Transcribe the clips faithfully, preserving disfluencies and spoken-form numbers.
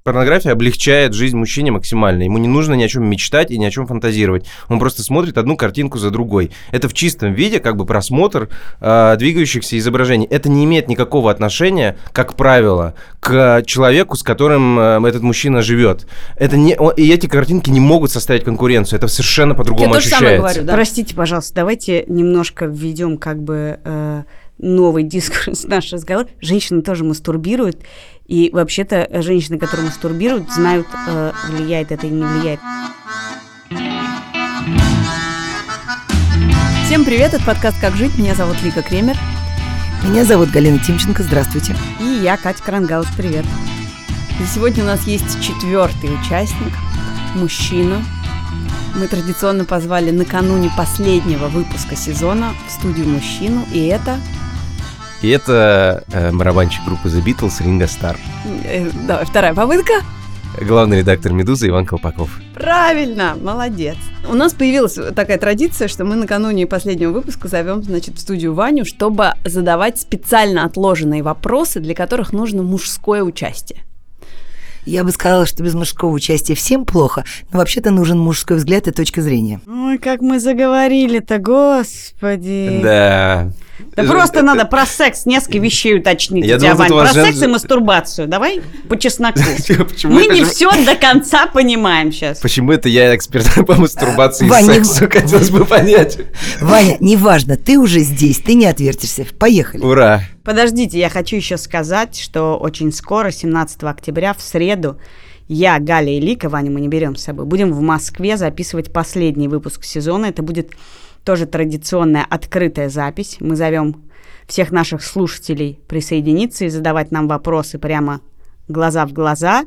Порнография облегчает жизнь мужчине максимально. Ему не нужно ни о чем мечтать и ни о чем фантазировать. Он просто смотрит одну картинку за другой. Это в чистом виде как бы просмотр э, двигающихся изображений. Это не имеет никакого отношения, как правило, к человеку, с которым э, этот мужчина живет. Это не, он, и эти картинки не могут составить конкуренцию. Это совершенно по-другому Я ощущается. То же самое говорю, да? Простите, пожалуйста, давайте немножко введем как бы э, новый дискурс в наш разговор. Женщины тоже мастурбируют. И вообще-то женщины, которые мастурбируют, знают, э, влияет это или не влияет. Всем привет, это подкаст «Как жить». Меня зовут Вика Кремер. Меня зовут Галина Тимченко. Здравствуйте. И я, Катя Крангаус. Привет. И сегодня у нас есть четвертый участник, мужчина. Мы традиционно позвали накануне последнего выпуска сезона в студию мужчину, и это... И это э, барабанщик группы The Beatles Ринго Стар. Э, давай, вторая попытка. Главный редактор «Медузы» Иван Колпаков. Правильно, молодец. У нас появилась такая традиция, что мы накануне последнего выпуска зовем, значит, в студию Ваню, чтобы задавать специально отложенные вопросы, для которых нужно мужское участие. Я бы сказала, что без мужского участия всем плохо, но вообще-то нужен мужской взгляд и точка зрения. Ой, как мы заговорили-то, господи. Да. Да просто надо про секс несколько вещей уточнить. Я у тебя, думал, Вань, про жен... секс и мастурбацию. Давай по чесноку. Почему Мы это не же... все до конца понимаем сейчас. Почему это я эксперт по мастурбации и Ваня, сексу? не... Хотелось бы понять. Ваня, неважно, ты уже здесь, ты не отвертишься. Поехали. Ура. Подождите, я хочу еще сказать, что очень скоро, семнадцатого октября, в среду, я, Галя и Лика, Ваню мы не берем с собой, будем в Москве записывать последний выпуск сезона. Это будет тоже традиционная открытая запись. Мы зовем всех наших слушателей присоединиться и задавать нам вопросы прямо глаза в глаза.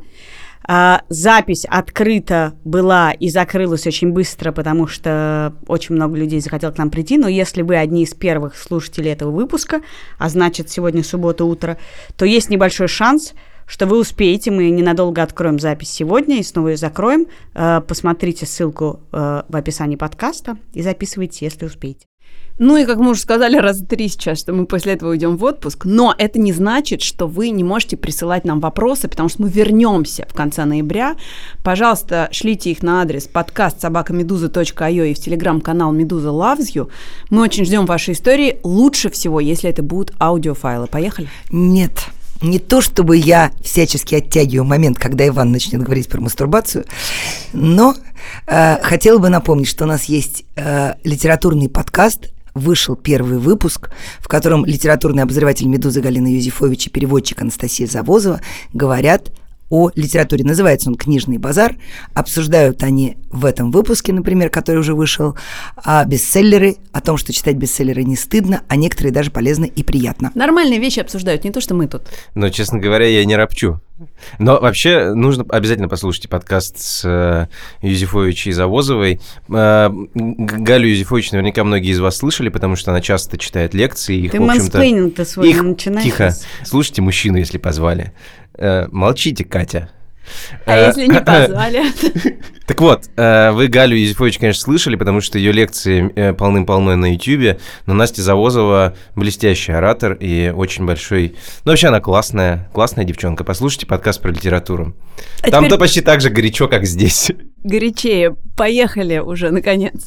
А, запись открыта была и закрылась очень быстро, потому что очень много людей захотело к нам прийти. Но если вы одни из первых слушателей этого выпуска, а значит сегодня суббота утро, то есть небольшой шанс, что вы успеете. Мы ненадолго откроем запись сегодня и снова ее закроем. А, посмотрите ссылку а, в описании подкаста и записывайте, если успеете. Ну и, как мы уже сказали раза три сейчас, что мы после этого уйдем в отпуск, но это не значит, что вы не можете присылать нам вопросы, потому что мы вернемся в конце ноября. Пожалуйста, шлите их на адрес подкаст собака медуза точка ай о и в телеграм-канал Медуза Loves You. Мы очень ждем вашей истории. Лучше всего, если это будут аудиофайлы. Поехали? Нет. Не то, чтобы я всячески оттягиваю момент, когда Иван начнет говорить про мастурбацию, но э, хотела бы напомнить, что у нас есть э, литературный подкаст. Вышел первый выпуск, в котором литературный обозреватель «Медузы» Галина Юзефович и переводчик Анастасия Завозова говорят о литературе. Называется он «Книжный базар». Обсуждают они в этом выпуске, например, который уже вышел, о бестселлеры, о том, что читать бестселлеры не стыдно, а некоторые даже полезно и приятно. Нормальные вещи обсуждают, не то, что мы тут. Но, честно говоря, я не ропчу. Но вообще нужно обязательно послушать подкаст с э, Юзефович и Завозовой. Э, Галю Юзефович наверняка многие из вас слышали, потому что она часто читает лекции. Их, Ты в общем-то, мэнсплейнинг-то свой их... начинаешь. Тихо. Слушайте мужчину, если позвали. Э, молчите, Катя. А э, если не позвали? Так вот, вы Галю Юзефович, конечно, слышали, потому что ее лекции полным-полно на Ютьюбе, но Настя Завозова блестящий оратор и очень большой... Ну, вообще она классная, классная девчонка. Послушайте подкаст про литературу. А Там-то теперь... почти так же горячо, как здесь. Горячее. Поехали уже, наконец.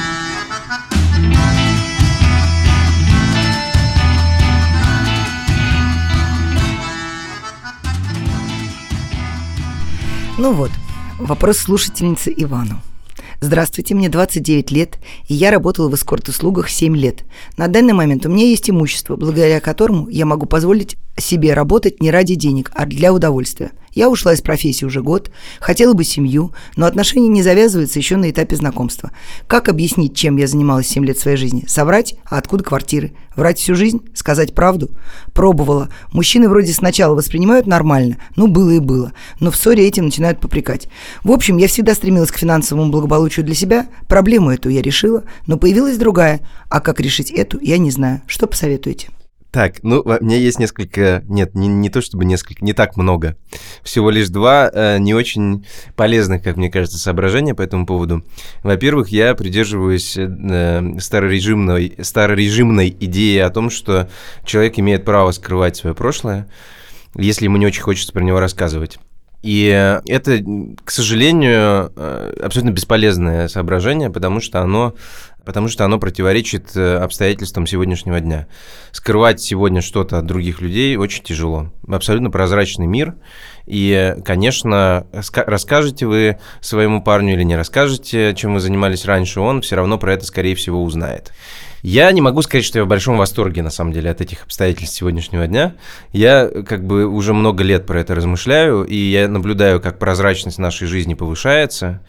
Ну вот, вопрос слушательницы Ивану. Здравствуйте, мне двадцать девять лет, и я работала в эскорт-услугах семь лет. На данный момент у меня есть имущество, благодаря которому я могу позволить себе работать не ради денег, а для удовольствия. Я ушла из профессии уже год, хотела бы семью, но отношения не завязываются еще на этапе знакомства. Как объяснить, чем я занималась семь лет своей жизни? Соврать? А откуда квартиры? Врать всю жизнь? Сказать правду? Пробовала. Мужчины вроде сначала воспринимают нормально, ну было и было, но в ссоре этим начинают попрекать. В общем, я всегда стремилась к финансовому благополучию для себя, проблему эту я решила, но появилась другая, а как решить эту, я не знаю. Что посоветуете? Так, ну, у меня есть несколько... Нет, не, не то чтобы несколько, не так много. Всего лишь два э, не очень полезных, как мне кажется, соображения по этому поводу. Во-первых, я придерживаюсь э, старорежимной, старорежимной идеи о том, что человек имеет право скрывать свое прошлое, если ему не очень хочется про него рассказывать. И это, к сожалению, абсолютно бесполезное соображение, потому что оно, потому что оно противоречит обстоятельствам сегодняшнего дня. Скрывать сегодня что-то от других людей очень тяжело. Абсолютно прозрачный мир. И, конечно, расскажете вы своему парню или не расскажете, чем вы занимались раньше, он все равно про это, скорее всего, узнает. Я не могу сказать, что я в большом восторге, на самом деле, от этих обстоятельств сегодняшнего дня. Я как бы уже много лет про это размышляю, и я наблюдаю, как прозрачность нашей жизни повышается,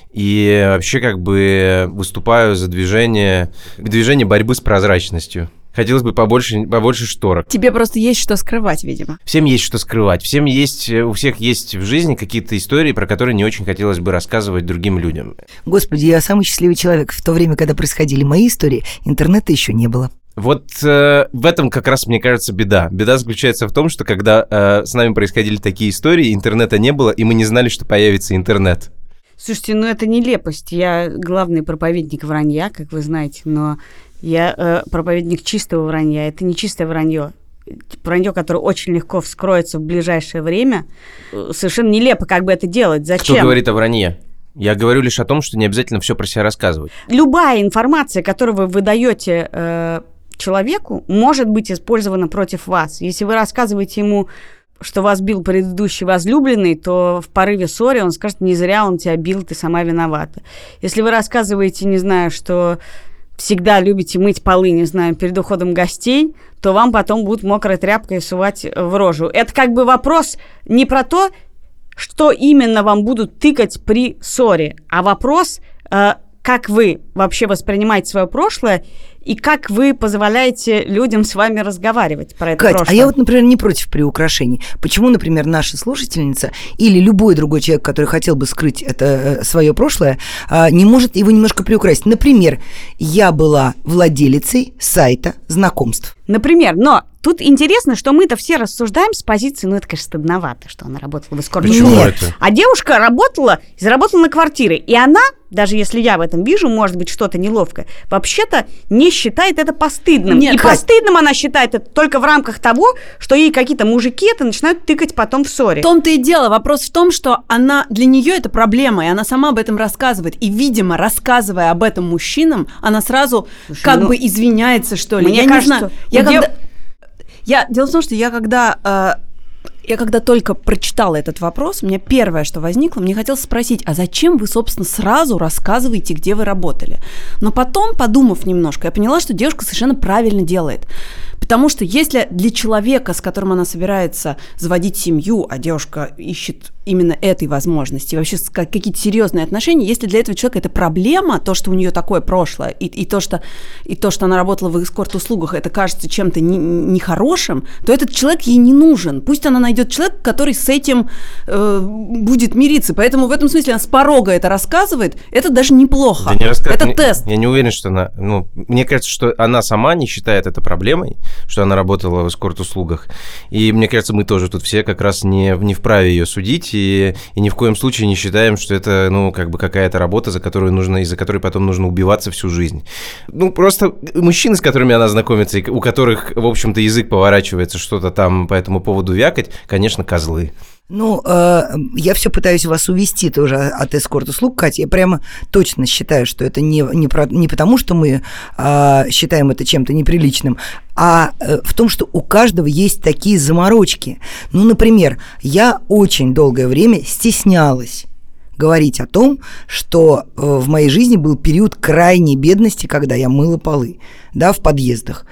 и вообще как бы выступаю за движение, движение борьбы с прозрачностью. Хотелось бы побольше, побольше шторок. Тебе просто есть что скрывать, видимо. Всем есть что скрывать. Всем есть, у всех есть в жизни какие-то истории, про которые не очень хотелось бы рассказывать другим людям. Господи, я самый счастливый человек. В то время, когда происходили мои истории, интернета еще не было. Вот э, в этом как раз, мне кажется, беда. Беда заключается в том, что когда э, с нами происходили такие истории, интернета не было, и мы не знали, что появится интернет. Слушайте, ну это нелепость. Я главный проповедник вранья, как вы знаете, но я э, проповедник чистого вранья. Это не чистое вранье. Вранье, которое очень легко вскроется в ближайшее время. Совершенно нелепо, как бы это делать. Зачем? Кто говорит о вранье? Я говорю лишь о том, что не обязательно все про себя рассказывать. Любая информация, которую вы выдаете э, человеку, может быть использована против вас. Если вы рассказываете ему, что вас бил предыдущий возлюбленный, то в порыве ссоры он скажет: не зря он тебя бил, ты сама виновата. Если вы рассказываете, не знаю, что всегда любите мыть полы, не знаю, перед уходом гостей, то вам потом будут мокрой тряпкой сувать в рожу. Это как бы вопрос не про то, что именно вам будут тыкать при ссоре, а вопрос, э, как вы вообще воспринимаете свое прошлое и как вы позволяете людям с вами разговаривать про это Кать, прошлое. а я вот, например, не против приукрашений. Почему, например, наша слушательница или любой другой человек, который хотел бы скрыть это э, свое прошлое, э, не может его немножко приукрасить? Например, я была владелицей сайта знакомств. Например, но тут интересно, что мы-то все рассуждаем с позиции, ну это, конечно, стыдновато, что она работала в эскорте. Почему это? А девушка работала и заработала на квартиры. И она, даже если я в этом вижу, может быть, что-то неловкое, вообще-то не считает это постыдным. Нет, и Кать. постыдным она считает это только в рамках того, что ей какие-то мужики это начинают тыкать потом в ссоре. В том-то и дело. Вопрос в том, что она, для нее это проблема, и она сама об этом рассказывает. И, видимо, рассказывая об этом мужчинам, она сразу Слушай, как ну, бы извиняется, что ли. мне Я кажется, не знаю. у Я дев- когда... я... Дело в том, что я когда... Э... Я когда только прочитала этот вопрос, у меня первое, что возникло, мне хотелось спросить, а зачем вы, собственно, сразу рассказываете, где вы работали? Но потом, подумав немножко, я поняла, что девушка совершенно правильно делает. Потому что если для человека, с которым она собирается заводить семью, а девушка ищет именно этой возможности, вообще какие-то серьезные отношения, если для этого человека это проблема, то, что у нее такое прошлое, и, и, то, что, и то, что она работала в эскорт-услугах, это кажется чем-то нехорошим, не то этот человек ей не нужен. Пусть она найдет человека, который с этим э, будет мириться. Поэтому в этом смысле она с порога это рассказывает, это даже неплохо. Да не рассказ... Это не, тест. Я не уверен, что она... Ну, мне кажется, что она сама не считает это проблемой, что она работала в эскорт-услугах. И мне кажется, мы тоже тут все как раз не, не вправе ее судить, и, и ни в коем случае не считаем, что это, ну, как бы какая-то работа, за которую нужно, из-за которой потом нужно убиваться всю жизнь. Ну, просто мужчины, с которыми она знакомится, и у которых, в общем-то, язык поворачивается что-то там по этому поводу вякать, конечно, козлы. Ну, э, я все пытаюсь вас увести тоже от эскорт-услуг, Катя. Я прямо точно считаю, что это не, не, про, не потому, что мы э, считаем это чем-то неприличным, а э, в том, что у каждого есть такие заморочки. Ну, например, я очень долгое время стеснялась говорить о том, что э, в моей жизни был период крайней бедности, когда я мыла полы, да, в подъездах.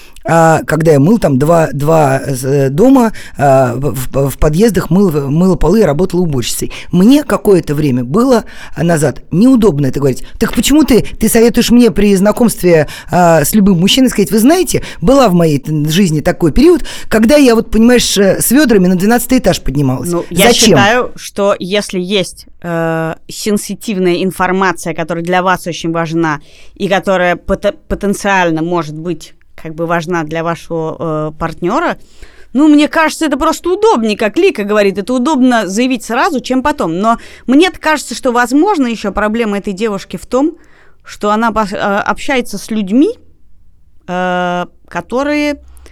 А когда я мыл там два, два дома, а, в, в подъездах мыл, мыла полы и работала уборщицей. Мне какое-то время было назад неудобно это говорить. Так почему ты, ты советуешь мне при знакомстве а, с любым мужчиной сказать: вы знаете, была в моей жизни такой период, когда я, вот, понимаешь, с ведрами на двенадцатый этаж поднималась. Ну, я Зачем? считаю, что если есть э, сенситивная информация, которая для вас очень важна и которая пот- потенциально может быть как бы важна для вашего э, партнера, ну, мне кажется, это просто удобнее, как Лика говорит, это удобно заявить сразу, чем потом. Но мне кажется, что, возможно, еще проблема этой девушки в том, что она э, общается с людьми, э, которые,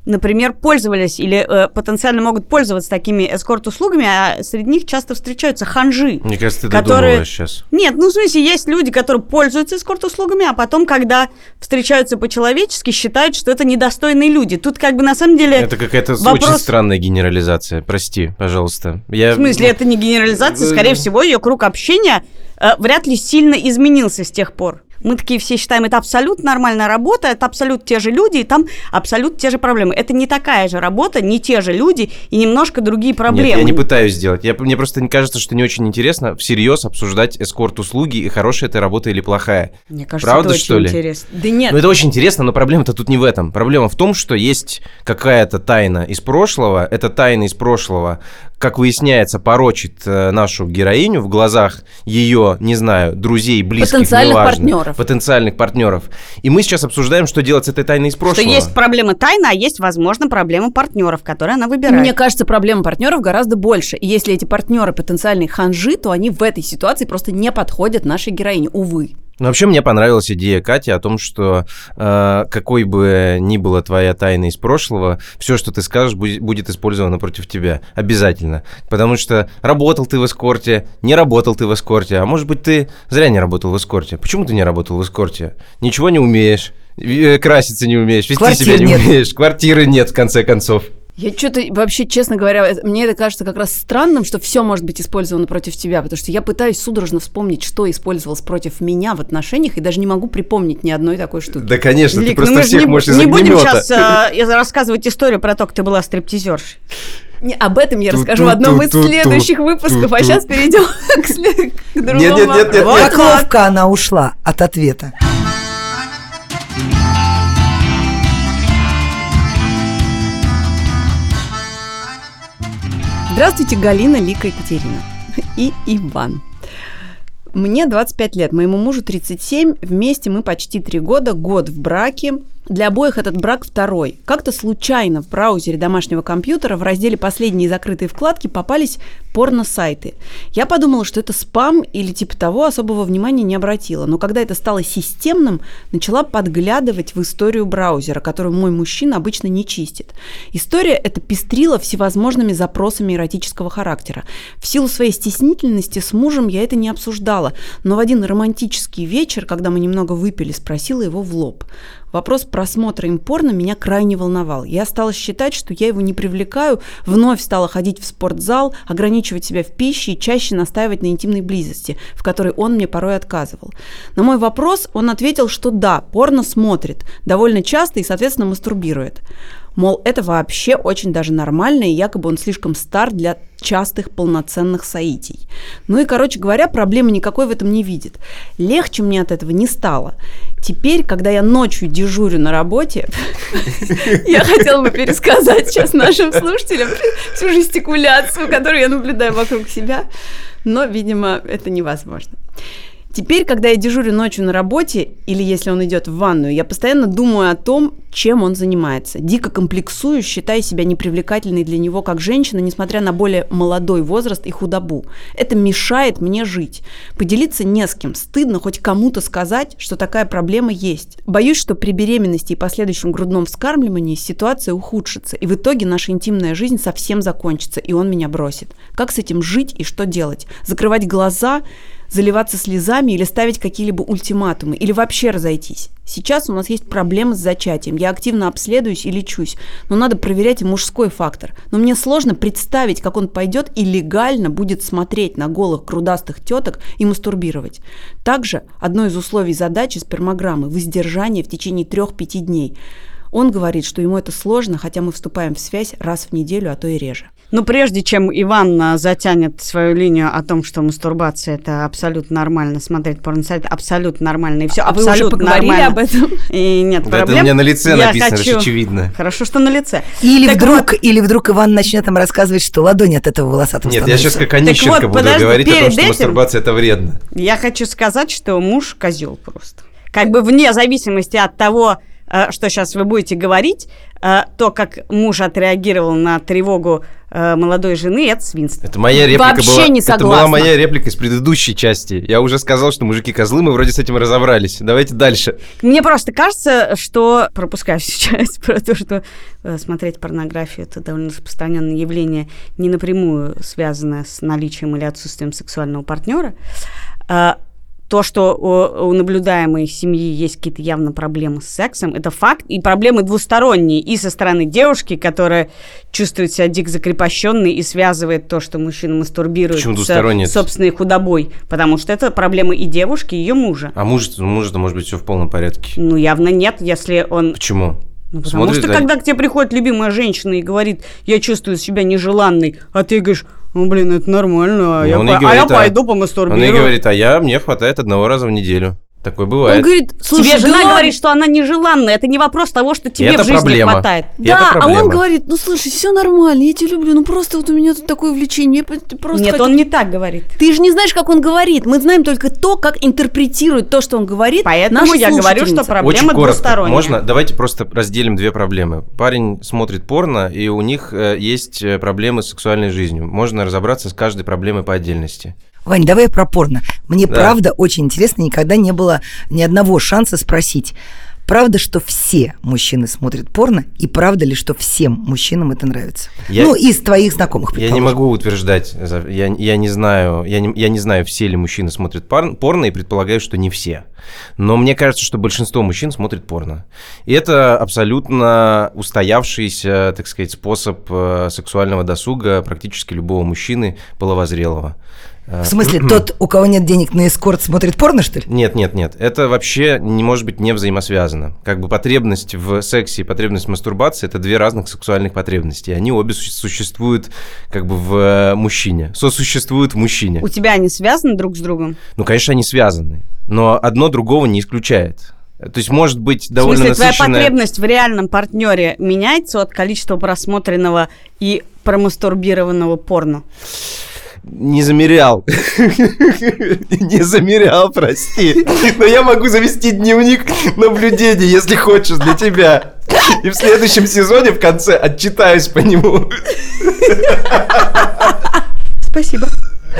например, пользовались или э, потенциально могут пользоваться такими эскорт-услугами, а среди них часто встречаются ханжи. Мне кажется, ты которые... додумываешь сейчас. Нет, ну, в смысле, есть люди, которые пользуются эскорт-услугами, а потом, когда встречаются по-человечески, считают, что это недостойные люди. Тут как бы на самом деле... Это какая-то вопрос... очень странная генерализация. Прости, пожалуйста. Я... В смысле, это не генерализация, скорее всего, ее круг общения э, вряд ли сильно изменился с тех пор. Мы такие все считаем, это абсолютно нормальная работа, это абсолютно те же люди, и там абсолютно те же проблемы. Это не такая же работа, не те же люди и немножко другие проблемы. Нет, я не пытаюсь сделать. Я, мне просто кажется, что не очень интересно всерьез обсуждать эскорт-услуги и хорошая это работа или плохая. Мне кажется, правда, это что очень ли? интересно. Да нет. Ну, это очень интересно, но проблема-то тут не в этом. Проблема в том, что есть какая-то тайна из прошлого. Эта тайна из прошлого, как выясняется, порочит э, нашу героиню в глазах ее, не знаю, друзей, близких, потенциальных неважно, партнеров. потенциальных партнеров. И мы сейчас обсуждаем, что делать с этой тайной из прошлого. Что есть проблема тайна, а есть, возможно, проблема партнеров, которые она выбирает. Мне кажется, проблема партнеров гораздо больше. И если эти партнеры потенциальные ханжи, то они в этой ситуации просто не подходят нашей героине, увы. Ну, вообще, мне понравилась идея Кати о том, что э, какой бы ни была твоя тайна из прошлого, все, что ты скажешь, будет, будет использовано против тебя. Обязательно. Потому что работал ты в эскорте, не работал ты в эскорте, а может быть, ты зря не работал в эскорте. Почему ты не работал в эскорте? Ничего не умеешь, краситься не умеешь, вести Квартир себя не нет. умеешь, квартиры нет, в конце концов. Я что-то, вообще, честно говоря, мне это кажется как раз странным, что все может быть использовано против тебя, потому что я пытаюсь судорожно вспомнить, что использовалось против меня в отношениях, и даже не могу припомнить ни одной такой штуки. Да, конечно, Лик, ты просто ну мы же всех не, можешь из не будем огнемета. сейчас э, рассказывать историю про то, как ты была стриптизершей. Не, об этом я Ту- расскажу ту- в одном ту- из ту- следующих ту- выпусков, ту- а ту. сейчас перейдем к, след- к другому Нет, нет, нет, нет, вопросу. Как ловко она ушла от ответа. Здравствуйте, Галина, Лика, Екатерина и Иван. Мне двадцать пять лет, моему мужу тридцать семь, вместе мы почти три года, год в браке. Для обоих этот брак второй. Как-то случайно в браузере домашнего компьютера в разделе «Последние закрытые вкладки» попались порно-сайты. Я подумала, что это спам или типа того, особого внимания не обратила. Но когда это стало системным, начала подглядывать в историю браузера, которую мой мужчина обычно не чистит. История эта пестрила всевозможными запросами эротического характера. В силу своей стеснительности с мужем я это не обсуждала, но в один романтический вечер, когда мы немного выпили, спросила его в лоб. Вопрос просмотра им порно меня крайне волновал. Я стала считать, что я его не привлекаю, вновь стала ходить в спортзал, ограничивать себя в пище и чаще настаивать на интимной близости, в которой он мне порой отказывал. На мой вопрос он ответил, что да, порно смотрит, довольно часто и, соответственно, мастурбирует. Мол, это вообще очень даже нормально, и якобы он слишком стар для частых полноценных соитий. Ну и, короче говоря, проблемы никакой в этом не видит. Легче мне от этого не стало. Теперь, когда я ночью дежурю на работе, я хотела бы пересказать сейчас нашим слушателям всю жестикуляцию, которую я наблюдаю вокруг себя, но, видимо, это невозможно. Теперь, когда я дежурю ночью на работе, или если он идет в ванную, я постоянно думаю о том, чем он занимается. Дико комплексую, считая себя непривлекательной для него как женщина, несмотря на более молодой возраст и худобу. Это мешает мне жить. Поделиться не с кем. Стыдно хоть кому-то сказать, что такая проблема есть. Боюсь, что при беременности и последующем грудном вскармливании ситуация ухудшится, и в итоге наша интимная жизнь совсем закончится, и он меня бросит. Как с этим жить и что делать? Закрывать глаза, заливаться слезами или ставить какие-либо ультиматумы, или вообще разойтись. Сейчас у нас есть проблемы с зачатием. Я активно обследуюсь и лечусь, но надо проверять и мужской фактор. Но мне сложно представить, как он пойдет и легально будет смотреть на голых грудастых теток и мастурбировать. Также одно из условий задачи спермограммы – воздержание в течение трех-пяти дней. Он говорит, что ему это сложно, хотя мы вступаем в связь раз в неделю, а то и реже. Ну, прежде чем Иван затянет свою линию о том, что мастурбация – это абсолютно нормально, смотреть порносайт абсолютно нормально, и все а абсолютно вы уже поговорили нормально. об этом? И нет Да проблем. это у меня на лице Я написано, хочу... что очевидно. Хорошо, что на лице. Или Так вдруг, вот- или вдруг Иван начнет нам рассказывать, что ладонь от этого волосатого Нет, я сейчас как Так Онищенко вот, буду подожди, говорить о том, перед что этим- мастурбация – это вредно. Я хочу сказать, что муж козел просто. Как бы вне зависимости от того, э, что сейчас вы будете говорить, э, то, как муж отреагировал на тревогу э, молодой жены, это свинство. Это моя реплика Вообще была. не Это согласна. была моя реплика из предыдущей части. Я уже сказал, что мужики козлы, мы вроде с этим разобрались. Давайте дальше. Мне просто кажется, что, пропускаю всю часть про то, что э, смотреть порнографию – это довольно распространенное явление, не напрямую связанное с наличием или отсутствием сексуального партнера. Э, То, что у, у наблюдаемой семьи есть какие-то явно проблемы с сексом, это факт, и проблемы двусторонние, и со стороны девушки, которая чувствует себя дико закрепощенной и связывает то, что мужчина мастурбирует с собственной худобой, потому что это проблема и девушки, и ее мужа. А муж, мужа-то, может быть, все в полном порядке. Ну, явно нет, если он... Почему? Ну, потому Смотрит, что да? когда к тебе приходит любимая женщина и говорит, я чувствую себя нежеланной, а ты говоришь, ну, блин, это нормально, а, Ну, я, он по- и говорит, а я а- пойду помастурбирую. Он ей говорит, а я, мне хватает одного раза в неделю. Такое Он бывает. говорит, слушай, Тебе жена да говорит, что она нежеланная. Это не вопрос того, что тебе Это в жизни проблема. хватает. И Да, это а проблема. он говорит, ну слушай, все нормально, я тебя люблю, ну просто вот у меня тут такое влечение, я просто Нет, хочу- он не так говорит. Ты же не знаешь, как он говорит. Мы знаем только то, как интерпретирует то, что он говорит. Поэтому наша я говорю, что слушательница. проблема Очень коротко. двусторонняя. Можно? Давайте просто разделим две проблемы. Парень смотрит порно, и у них э, есть э, проблемы с сексуальной жизнью. Можно разобраться с каждой проблемой по отдельности. Вань, давай про порно. Мне Да. правда очень интересно, никогда не было ни одного шанса спросить, правда, что все мужчины смотрят порно, и правда ли, что всем мужчинам это нравится? Я- Ну, из твоих знакомых, Я не предположим. могу утверждать, за- я, я не знаю, я не, я не знаю, все ли мужчины смотрят пар- порно, и предполагаю, что не все. Но мне кажется, что большинство мужчин смотрит порно. И это абсолютно устоявшийся, так сказать, способ э, сексуального досуга практически любого мужчины половозрелого. В смысле, тот, у кого нет денег на эскорт, смотрит порно, что ли? Нет, нет, нет. Это вообще не может быть не взаимосвязано. Как бы потребность в сексе и потребность в мастурбации – это две разных сексуальных потребности. Они обе су- существуют как бы в э, мужчине, сосуществуют в мужчине. У тебя они связаны друг с другом? Ну, конечно, они связаны, но одно другого не исключает. То есть, может быть, В довольно смысле, твоя насыщенная... потребность в реальном партнере меняется от количества просмотренного и промастурбированного порно? Не замерял. Не замерял, прости. Но я могу завести дневник наблюдений, если хочешь, для тебя. И в следующем сезоне в конце отчитаюсь по нему. Спасибо.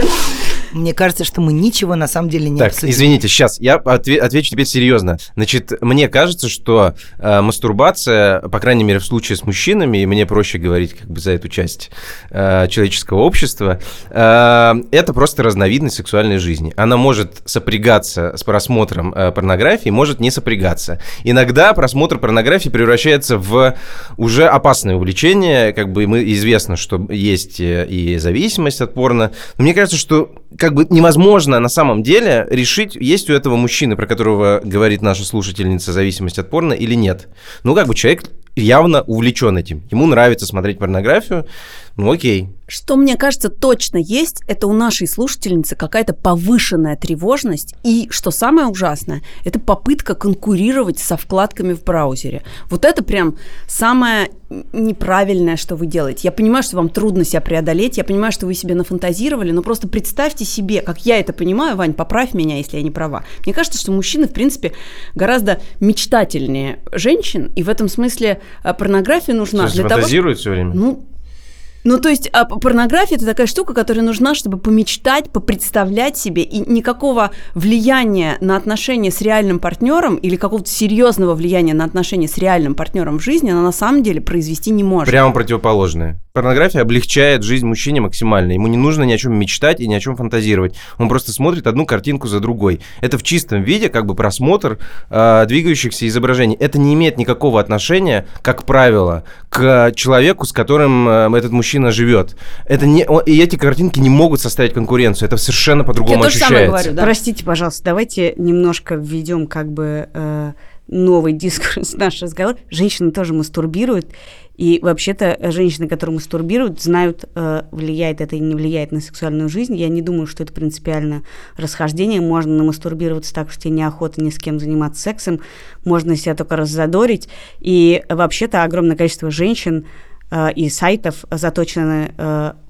Мне кажется, что мы ничего на самом деле не Так, обсудили. извините, сейчас я отве- отвечу теперь серьезно. Значит, мне кажется, что э, мастурбация, по крайней мере, в случае с мужчинами, и мне проще говорить как бы за эту часть э, человеческого общества, э, это просто разновидность сексуальной жизни. Она может сопрягаться с просмотром э, порнографии, может не сопрягаться. Иногда просмотр порнографии превращается в уже опасное увлечение, как бы мы известно, что есть э, и зависимость от порно. Но мне кажется, что как бы невозможно на самом деле решить, есть у этого мужчины, про которого говорит наша слушательница, зависимость от порно или нет. Ну, как бы человек явно увлечен этим. Ему нравится смотреть порнографию, ну окей. Что, мне кажется, точно есть, это у нашей слушательницы какая-то повышенная тревожность. И, что самое ужасное, это попытка конкурировать со вкладками в браузере. Вот это прям самое неправильное, что вы делаете. Я понимаю, что вам трудно себя преодолеть, я понимаю, что вы себе нафантазировали, но просто представьте себе, как я это понимаю, Вань, поправь меня, если я не права. Мне кажется, что мужчины, в принципе, гораздо мечтательнее женщин, и в этом смысле а, порнография нужна То есть для того, фантазирует все время? ну, ну, то есть а, порнография – это такая штука, которая нужна, чтобы помечтать, попредставлять себе, и никакого влияния на отношения с реальным партнером или какого-то серьезного влияния на отношения с реальным партнером в жизни она на самом деле произвести не может. Прямо противоположное. Порнография облегчает жизнь мужчине максимально. Ему не нужно ни о чем мечтать и ни о чем фантазировать. Он просто смотрит одну картинку за другой. Это в чистом виде как бы просмотр э, двигающихся изображений. Это не имеет никакого отношения, как правило, к человеку, с которым э, этот мужчина живет. Это не, он, и эти картинки не могут составить конкуренцию. Это совершенно по-другому Я то же ощущается. самое говорю, да. Простите, пожалуйста, давайте немножко введем как бы э, новый дискурс в наш разговор. Женщины тоже мастурбируют, и вообще-то женщины, которые мастурбируют, знают, э, влияет это или не влияет на сексуальную жизнь. Я не думаю, что это принципиальное расхождение. Можно намастурбироваться так, что тебе неохота ни с кем заниматься сексом, можно себя только раззадорить. И вообще-то огромное количество женщин э, и сайтов заточены э,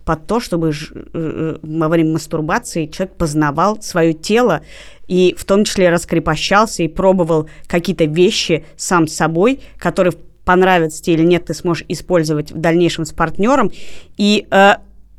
под то, чтобы ж, э, во время мастурбации человек познавал свое тело и в том числе раскрепощался и пробовал какие-то вещи сам с собой, которые понравятся тебе или нет, ты сможешь использовать в дальнейшем с партнером. И, э,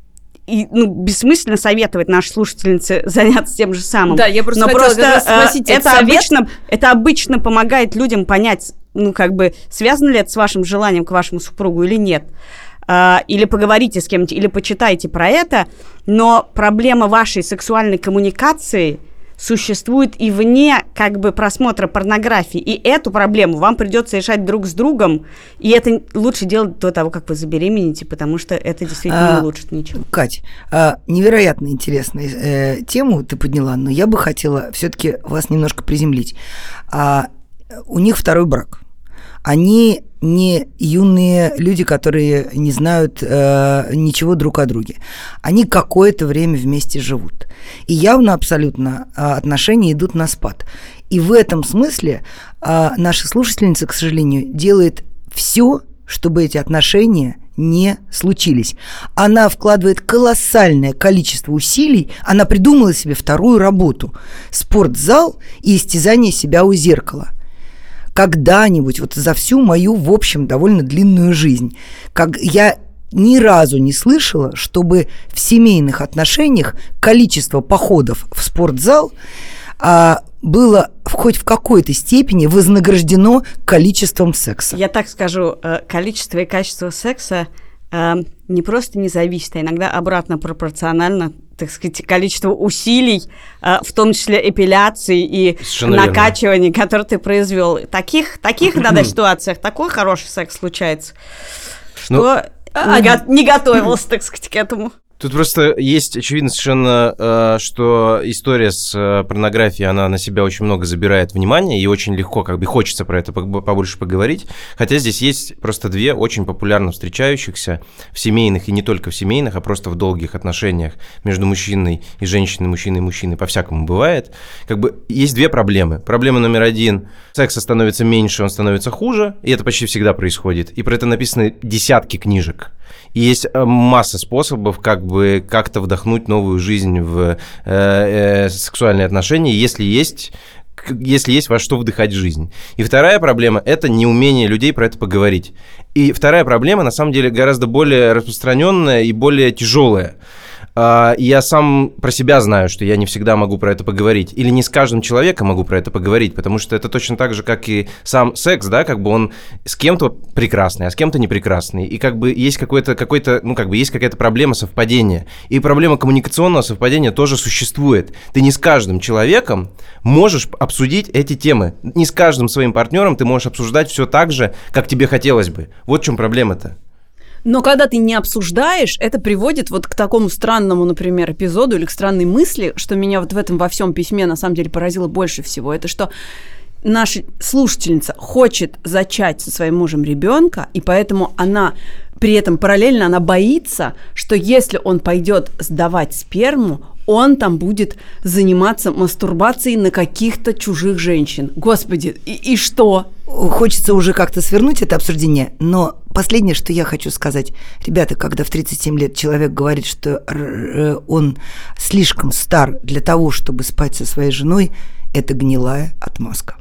и ну, бессмысленно советовать нашей слушательнице заняться тем же самым. Да, я просто Но хотела просто, как раз спросить, э, это это, совет? обычно, это обычно помогает людям понять, ну, как бы, связано ли это с вашим желанием к вашему супругу или нет. Uh, или поговорите с кем-нибудь, или почитайте про это, но проблема вашей сексуальной коммуникации существует и вне как бы просмотра порнографии, и эту проблему вам придется решать друг с другом, и это лучше делать до того, как вы забеременеете, потому что это действительно а, не улучшит ничего. Кать, а, невероятно интересную э, тему ты подняла, но я бы хотела все-таки вас немножко приземлить. А, у них второй брак. Они не юные люди, которые не знают э, ничего друг о друге. Они какое-то время вместе живут. И явно абсолютно э, отношения идут на спад. И в этом смысле э, наша слушательница, к сожалению, делает все, чтобы эти отношения не случились. Она вкладывает колоссальное количество усилий, она придумала себе вторую работу – спортзал и истязание себя у зеркала. Когда-нибудь, вот за всю мою, в общем, довольно длинную жизнь, как я ни разу не слышала, чтобы в семейных отношениях количество походов в спортзал а, было хоть в какой-то степени вознаграждено количеством секса. Я так скажу, количество и качество секса не просто не зависит, а иногда обратно пропорционально, так сказать, количество усилий, в том числе эпиляции и совершенно накачивания, верно, которые ты произвел. Таких, таких иногда ситуациях такой хороший секс случается, что ну, не, го- не готовился, так сказать, к этому. Тут просто есть, очевидно, совершенно, что история с порнографией, она на себя очень много забирает внимания, и очень легко, как бы, хочется про это побольше поговорить. Хотя здесь есть просто две очень популярно встречающихся в семейных, и не только в семейных, а просто в долгих отношениях между мужчиной и женщиной, мужчиной и мужчиной, по-всякому бывает. Как бы есть две проблемы. Проблема номер один – секса становится меньше, он становится хуже, и это почти всегда происходит. И про это написаны десятки книжек. И есть масса способов как бы как-то вдохнуть новую жизнь в э, э, сексуальные отношения, если есть, если есть во что вдыхать жизнь. И вторая проблема – это неумение людей про это поговорить. И вторая проблема, на самом деле, гораздо более распространенная и более тяжелая. Я сам про себя знаю, что я не всегда могу про это поговорить. Или не с каждым человеком могу про это поговорить, потому что это точно так же, как и сам секс, да, как бы он с кем-то прекрасный, а с кем-то непрекрасный. И как бы есть какой-то, какой-то, ну, как бы есть какая-то проблема совпадения. И проблема коммуникационного совпадения тоже существует. Ты не с каждым человеком можешь обсудить эти темы. Не с каждым своим партнером ты можешь обсуждать все так же, как тебе хотелось бы. Вот в чем проблема-то. Но когда ты не обсуждаешь, это приводит вот к такому странному, например, эпизоду или к странной мысли, что меня вот в этом во всем письме на самом деле поразило больше всего. Это что наша слушательница хочет зачать со своим мужем ребенка, и поэтому она при этом параллельно она боится, что если он пойдет сдавать сперму, он там будет заниматься мастурбацией на каких-то чужих женщин. Господи, и, и что? Хочется уже как-то свернуть это обсуждение, но последнее, что я хочу сказать. Ребята, когда в тридцать семь лет человек говорит, что он слишком стар для того, чтобы спать со своей женой, это гнилая отмазка.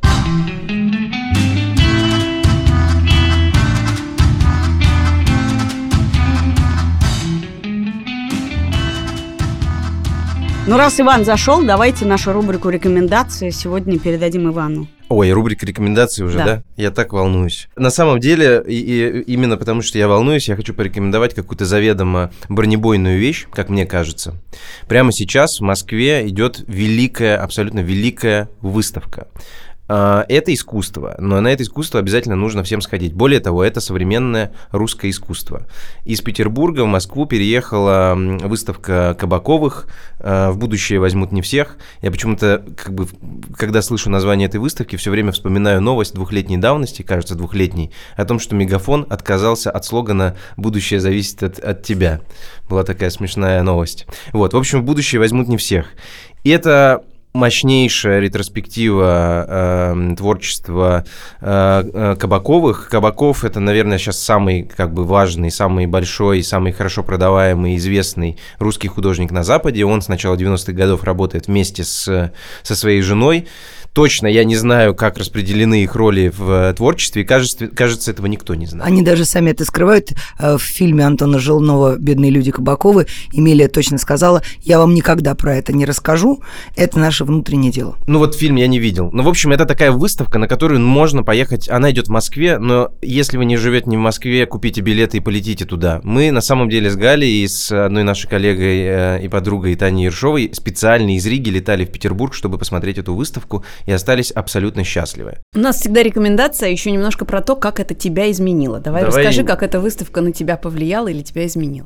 Ну, раз Иван зашел, давайте нашу рубрику рекомендации сегодня передадим Ивану. Ой, рубрика рекомендаций уже, да. да? Я так волнуюсь. На самом деле, и, и именно потому, что я волнуюсь, я хочу порекомендовать какую-то заведомо бронебойную вещь, как мне кажется. Прямо сейчас в Москве идет великая, абсолютно великая выставка. Это искусство, но на это искусство обязательно нужно всем сходить. Более того, это современное русское искусство. Из Петербурга в Москву переехала выставка Кабаковых «В будущее возьмут не всех». Я почему-то, как бы, когда слышу название этой выставки, все время вспоминаю новость двухлетней давности, кажется, двухлетней, о том, что Мегафон отказался от слогана «Будущее зависит от, от тебя». Была такая смешная новость. Вот, в общем, в будущее возьмут не всех. И это мощнейшая ретроспектива э, творчества э, э, Кабаковых. Кабаков — это, наверное, сейчас самый как бы важный, самый большой, самый хорошо продаваемый, известный русский художник на Западе. Он с начала девяностых годов работает вместе с, со своей женой. Точно я не знаю, как распределены их роли в творчестве, и кажется, кажется, этого никто не знает. Они даже сами это скрывают. В фильме Антона Желнова «Бедные люди Кабаковы» Эмилия точно сказала: я вам никогда про это не расскажу, это наше внутреннее дело. Ну вот фильм я не видел. Ну, в общем, это такая выставка, на которую можно поехать. Она идет в Москве, но если вы не живете не в Москве, купите билеты и полетите туда. Мы на самом деле с Галей и с одной нашей коллегой и подругой Таней Ершовой специально из Риги летали в Петербург, чтобы посмотреть эту выставку, и остались абсолютно счастливы. У нас всегда рекомендация еще немножко про то, как это тебя изменило. Давай, Давай... расскажи, как эта выставка на тебя повлияла или тебя изменила.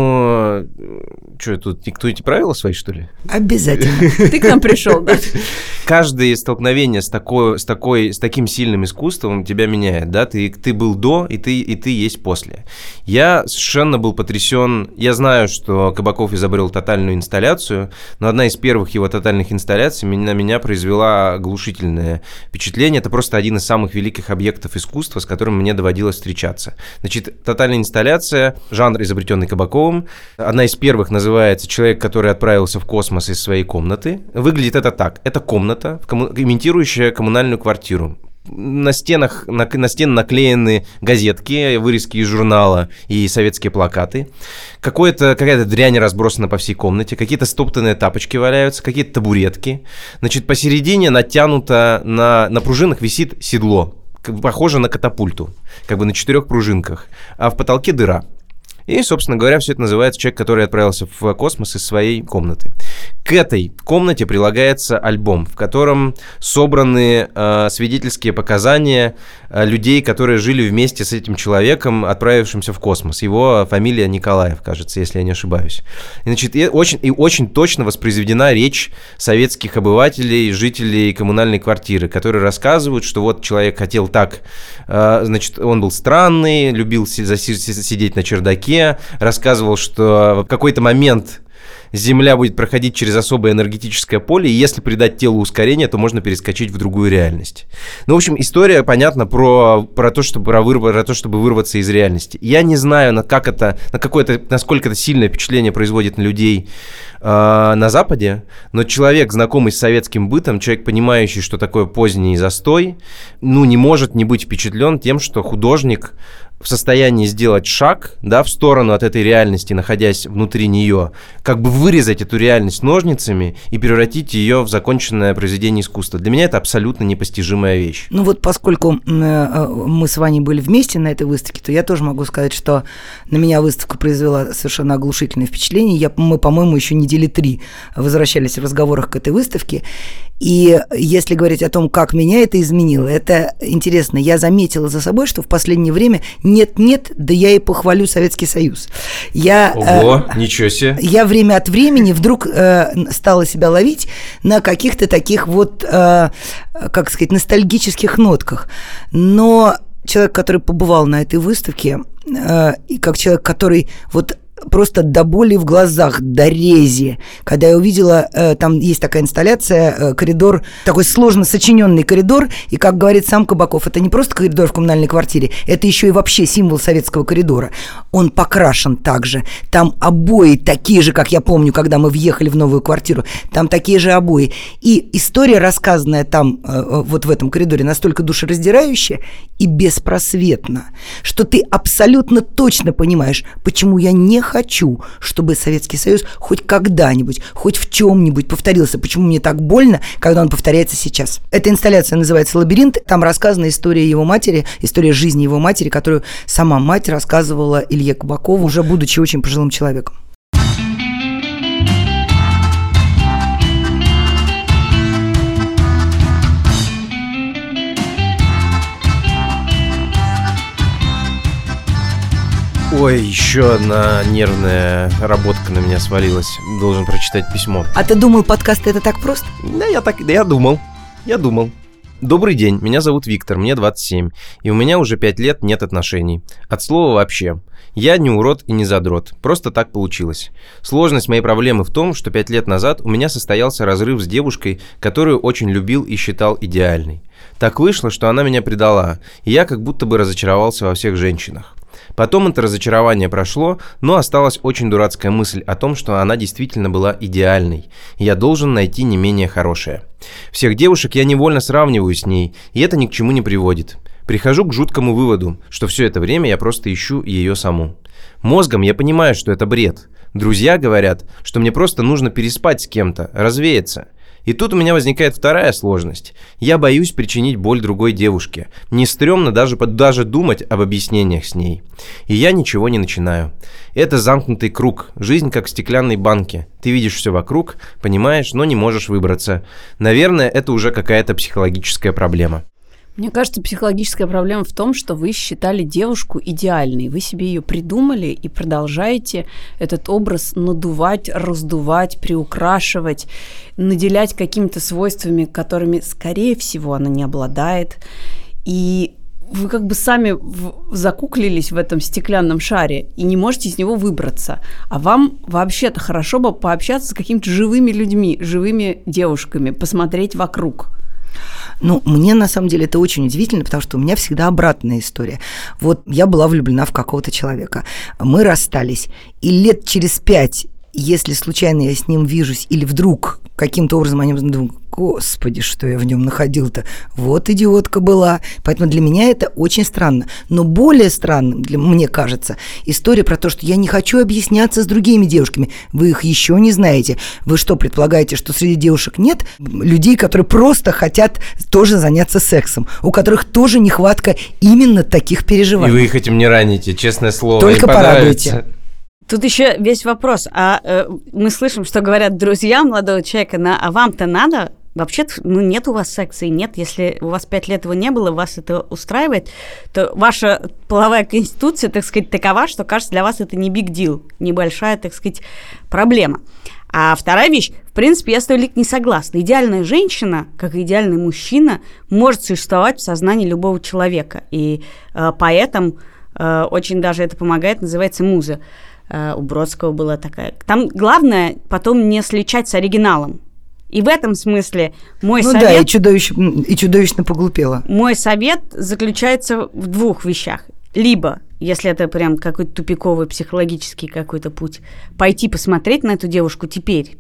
Ну, что, тут диктуете правила свои, что ли? Обязательно. Ты к нам пришел, да? Каждое столкновение с такой, с такой, с таким сильным искусством тебя меняет, да? Ты, ты был до, и ты, и ты есть после. Я совершенно был потрясен. Я знаю, что Кабаков изобрел тотальную инсталляцию, но одна из первых его тотальных инсталляций на меня произвела глушительное впечатление. Это просто один из самых великих объектов искусства, с которым мне доводилось встречаться. Значит, тотальная инсталляция, жанр, изобретенный Кабаковым. Одна из первых называется «Человек, который отправился в космос из своей комнаты». Выглядит это так. Это комната, имитирующая коммунальную квартиру. На стенах, на, на стены наклеены газетки, вырезки из журнала и советские плакаты. Какое-то, какая-то дрянь разбросана по всей комнате, какие-то стоптанные тапочки валяются, какие-то табуретки. Значит, посередине натянуто, на, на пружинах висит седло, похоже на катапульту, как бы на четырех пружинках, а в потолке дыра. И, собственно говоря, все это называется «Человек, который отправился в космос из своей комнаты». К этой комнате прилагается альбом, в котором собраны э, свидетельские показания э, людей, которые жили вместе с этим человеком, отправившимся в космос. Его фамилия Николаев, кажется, если я не ошибаюсь. И, значит, и очень, и очень точно воспроизведена речь советских обывателей, жителей коммунальной квартиры, которые рассказывают, что вот человек хотел так, э, значит, он был странный, любил сидеть на чердаке, рассказывал, что в какой-то момент Земля будет проходить через особое энергетическое поле, и если придать телу ускорение, то можно перескочить в другую реальность. Ну, в общем, история, понятно, про, про, то, чтобы, про, вырв... про то, чтобы вырваться из реальности. Я не знаю, на как это, на какое-то, насколько это сильное впечатление производит на людей э, на Западе, но человек, знакомый с советским бытом, человек, понимающий, что такое поздний застой, ну, не может не быть впечатлен тем, что художник в состоянии сделать шаг, да, в сторону от этой реальности, находясь внутри нее, как бы вырезать эту реальность ножницами и превратить ее в законченное произведение искусства. Для меня это абсолютно непостижимая вещь. Ну вот поскольку мы с Ваней были вместе на этой выставке, то я тоже могу сказать, что на меня выставка произвела совершенно оглушительное впечатление. Я, мы, по-моему, еще недели три возвращались в разговорах к этой выставке. И если говорить о том, как меня это изменило, это интересно. Я заметила за собой, что в последнее время нет-нет, да я и похвалю Советский Союз. Я, Ого, э, ничего себе. Я время от времени вдруг э, стала себя ловить на каких-то таких вот, э, как сказать, ностальгических нотках. Но человек, который побывал на этой выставке, э, и как человек, который вот просто до боли в глазах, до рези. Когда я увидела, э, там есть такая инсталляция, э, коридор, такой сложно сочиненный коридор, и, как говорит сам Кабаков, это не просто коридор в коммунальной квартире, это еще и вообще символ советского коридора. Он покрашен также. Там обои такие же, как я помню, когда мы въехали в новую квартиру. Там такие же обои. И история, рассказанная там, э, вот в этом коридоре, настолько душераздирающая и беспросветна, что ты абсолютно точно понимаешь, почему я не хочу, чтобы Советский Союз хоть когда-нибудь, хоть в чем-нибудь повторился. Почему мне так больно, когда он повторяется сейчас? Эта инсталляция называется «Лабиринт». Там рассказана история его матери, история жизни его матери, которую сама мать рассказывала Илье Кабакову, уже будучи очень пожилым человеком. Ой, еще одна нервная работка на меня свалилась. Должен прочитать письмо. А ты думал, подкаст это так просто? Да, я так, да, я думал. Я думал. Добрый день, меня зовут Виктор, мне двадцать семь, и у меня уже пять лет нет отношений. От слова вообще. Я не урод и не задрот. Просто так получилось. Сложность моей проблемы в том, что пять лет назад у меня состоялся разрыв с девушкой, которую очень любил и считал идеальной. Так вышло, что она меня предала, и я как будто бы разочаровался во всех женщинах. Потом это разочарование прошло, но осталась очень дурацкая мысль о том, что она действительно была идеальной, и я должен найти не менее хорошее. Всех девушек я невольно сравниваю с ней, и это ни к чему не приводит. Прихожу к жуткому выводу, что все это время я просто ищу ее саму. Мозгом я понимаю, что это бред. Друзья говорят, что мне просто нужно переспать с кем-то, развеяться. И тут у меня возникает вторая сложность. Я боюсь причинить боль другой девушке. Мне стрёмно даже, даже думать об объяснениях с ней. И я ничего не начинаю. Это замкнутый круг. Жизнь как в стеклянной банке. Ты видишь все вокруг, понимаешь, но не можешь выбраться. Наверное, это уже какая-то психологическая проблема. Мне кажется, психологическая проблема в том, что вы считали девушку идеальной. Вы себе ее придумали и продолжаете этот образ надувать, раздувать, приукрашивать, наделять какими-то свойствами, которыми, скорее всего, она не обладает. И вы как бы сами в- закуклились в этом стеклянном шаре и не можете из него выбраться. А вам вообще-то хорошо бы пообщаться с какими-то живыми людьми, живыми девушками, посмотреть вокруг. Ну, мне на самом деле это очень удивительно, потому что у меня всегда обратная история. Вот я была влюблена в какого-то человека, мы расстались, и лет через пять, если случайно я с ним вижусь, или вдруг каким-то образом о нем думаю, господи, что я в нем находил-то, вот идиотка была. Поэтому для меня это очень странно. Но более странным, для, мне кажется, история про то, что я не хочу объясняться с другими девушками. Вы их еще не знаете. Вы что, предполагаете, что среди девушек нет людей, которые просто хотят тоже заняться сексом, у которых тоже нехватка именно таких переживаний? И вы их этим не раните, честное слово. Только порадуйте. Тут еще весь вопрос. А э, мы слышим, что говорят друзья молодого человека, на, а вам-то надо? Вообще-то, ну, нет у вас секса и нет. Если у вас пять лет его не было, вас это устраивает, то ваша половая конституция, так сказать, такова, что, кажется, для вас это не big deal, небольшая, так сказать, проблема. А вторая вещь, в принципе, я с тобой не согласна. Идеальная женщина, как и идеальный мужчина, может существовать в сознании любого человека. И э, поэтому э, очень даже это помогает, называется муза. Э, у Бродского была такая. Там главное потом не сличать с оригиналом. И в этом смысле мой ну совет... да, и чудовищно, и чудовищно поглупела. Мой совет заключается в двух вещах. Либо, если это прям какой-то тупиковый психологический какой-то путь, пойти посмотреть на эту девушку теперь.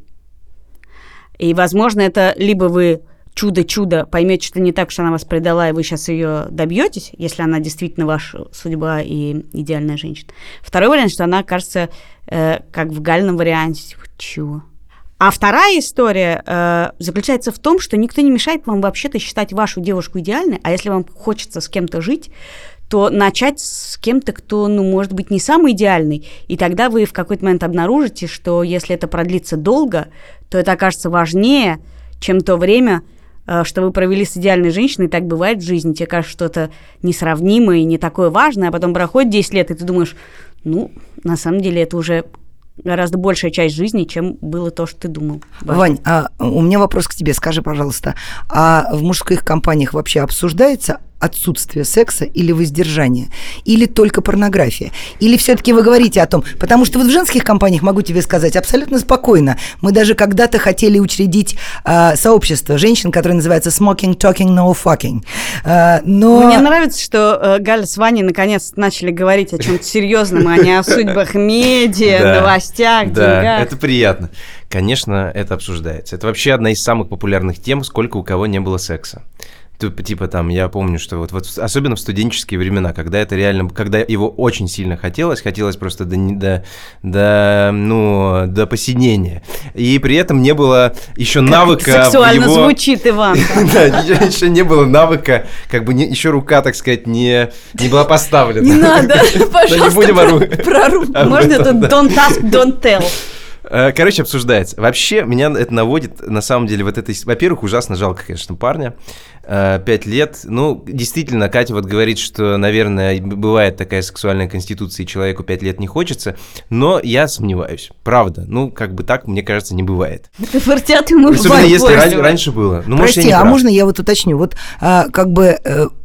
И, возможно, это либо вы чудо-чудо поймете, что не так, что она вас предала, и вы сейчас ее добьетесь, если она действительно ваша судьба и идеальная женщина. Второй вариант, что она окажется э, как в Галином варианте. Типа, чего? А вторая история э, заключается в том, что никто не мешает вам вообще-то считать вашу девушку идеальной, а если вам хочется с кем-то жить, то начать с кем-то, кто, ну, может быть, не самый идеальный, и тогда вы в какой-то момент обнаружите, что если это продлится долго, то это окажется важнее, чем то время, э, что вы провели с идеальной женщиной. Так бывает в жизни, тебе кажется, что это несравнимое и не такое важное, а потом проходит десять лет, и ты думаешь, ну, на самом деле это уже... гораздо большая часть жизни, чем было то, что ты думал. Вань, а у меня вопрос к тебе. Скажи, пожалуйста, а в мужских компаниях вообще обсуждается отсутствие секса или воздержание? Или только порнография? Или все-таки вы говорите о том... Потому что вот в женских компаниях, могу тебе сказать, абсолютно спокойно. Мы даже когда-то хотели учредить э, сообщество женщин, которое называется Smoking, Talking, No Fucking. Э, но... Мне нравится, что э, Галя с Ваней наконец начали говорить о чем-то серьезном, а не о судьбах медиа, новостях, деньгах. Да, это приятно. Конечно, это обсуждается. Это вообще одна из самых популярных тем, сколько у кого не было секса. Типа там, я помню, что вот, вот особенно в студенческие времена, когда это реально, когда его очень сильно хотелось, хотелось просто до, до, до, ну, до посинения. И при этом не было еще навыка... Сексуально его... звучит, Иван. Да, еще не было навыка, как бы еще рука, так сказать, не была поставлена. Не надо, пожалуйста, про руку. Можно тут don't ask, don't tell. Короче, обсуждается. Вообще, меня это наводит, на самом деле, вот это... Во-первых, ужасно жалко, конечно, парня. Пять лет. Ну, действительно, Катя вот говорит, что, наверное, бывает такая сексуальная конституция, и человеку пять лет не хочется, но я сомневаюсь. Правда. Ну, как бы так, мне кажется, не бывает. Это фартят ему. Особенно если ран- раньше было. Ну, Прости, может, а можно я вот уточню? Вот а, как бы...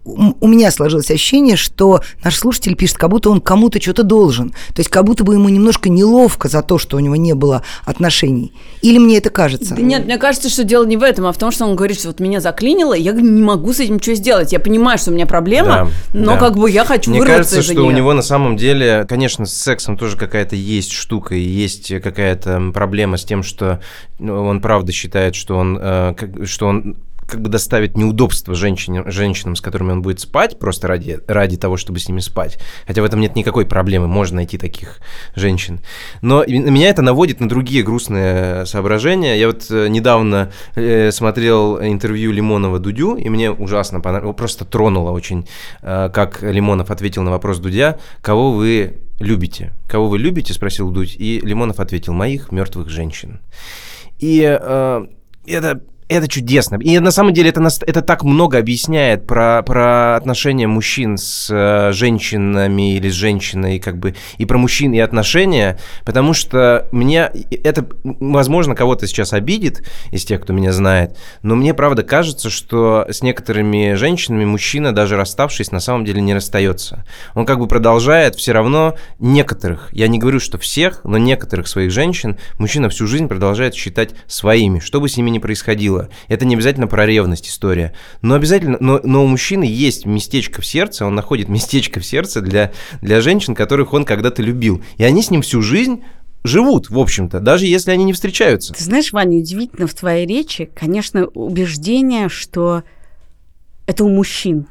у меня сложилось ощущение, что наш слушатель пишет, как будто он кому-то что-то должен. То есть как будто бы ему немножко неловко за то, что у него не было отношений. Или мне это кажется? Да нет, мне кажется, что дело не в этом, а в том, что он говорит, что вот меня заклинило, и я не могу с этим что сделать. Я понимаю, что у меня проблема, да, но да. как бы я хочу мне вырваться кажется, из-за что нее. У него на самом деле, конечно, с сексом тоже какая-то есть штука, и есть какая-то проблема с тем, что он правда считает, что он, что он как бы доставит неудобства женщине, женщинам, с которыми он будет спать, просто ради, ради того, чтобы с ними спать. Хотя в этом нет никакой проблемы, можно найти таких женщин. Но меня это наводит на другие грустные соображения. Я вот недавно э, смотрел интервью Лимонова Дудю, и мне ужасно понравилось, просто тронуло очень, э, как Лимонов ответил на вопрос Дудя, кого вы любите? Кого вы любите, спросил Дудь, и Лимонов ответил, моих мертвых женщин. И э, это... Это чудесно. И на самом деле это, это так много объясняет про, про отношения мужчин с э, женщинами или с женщиной, как бы, и про мужчин и отношения, потому что мне это, возможно, кого-то сейчас обидит из тех, кто меня знает, но мне, правда, кажется, что с некоторыми женщинами мужчина, даже расставшись, на самом деле не расстается. Он как бы продолжает все равно некоторых, я не говорю, что всех, но некоторых своих женщин мужчина всю жизнь продолжает считать своими, что бы с ними ни происходило. Это не обязательно про ревность история, но обязательно, но, но у мужчины есть местечко в сердце, он находит местечко в сердце для, для женщин, которых он когда-то любил, и они с ним всю жизнь живут, в общем-то, даже если они не встречаются. Ты знаешь, Ваня, удивительно в твоей речи, конечно, убеждение, что это у мужчин.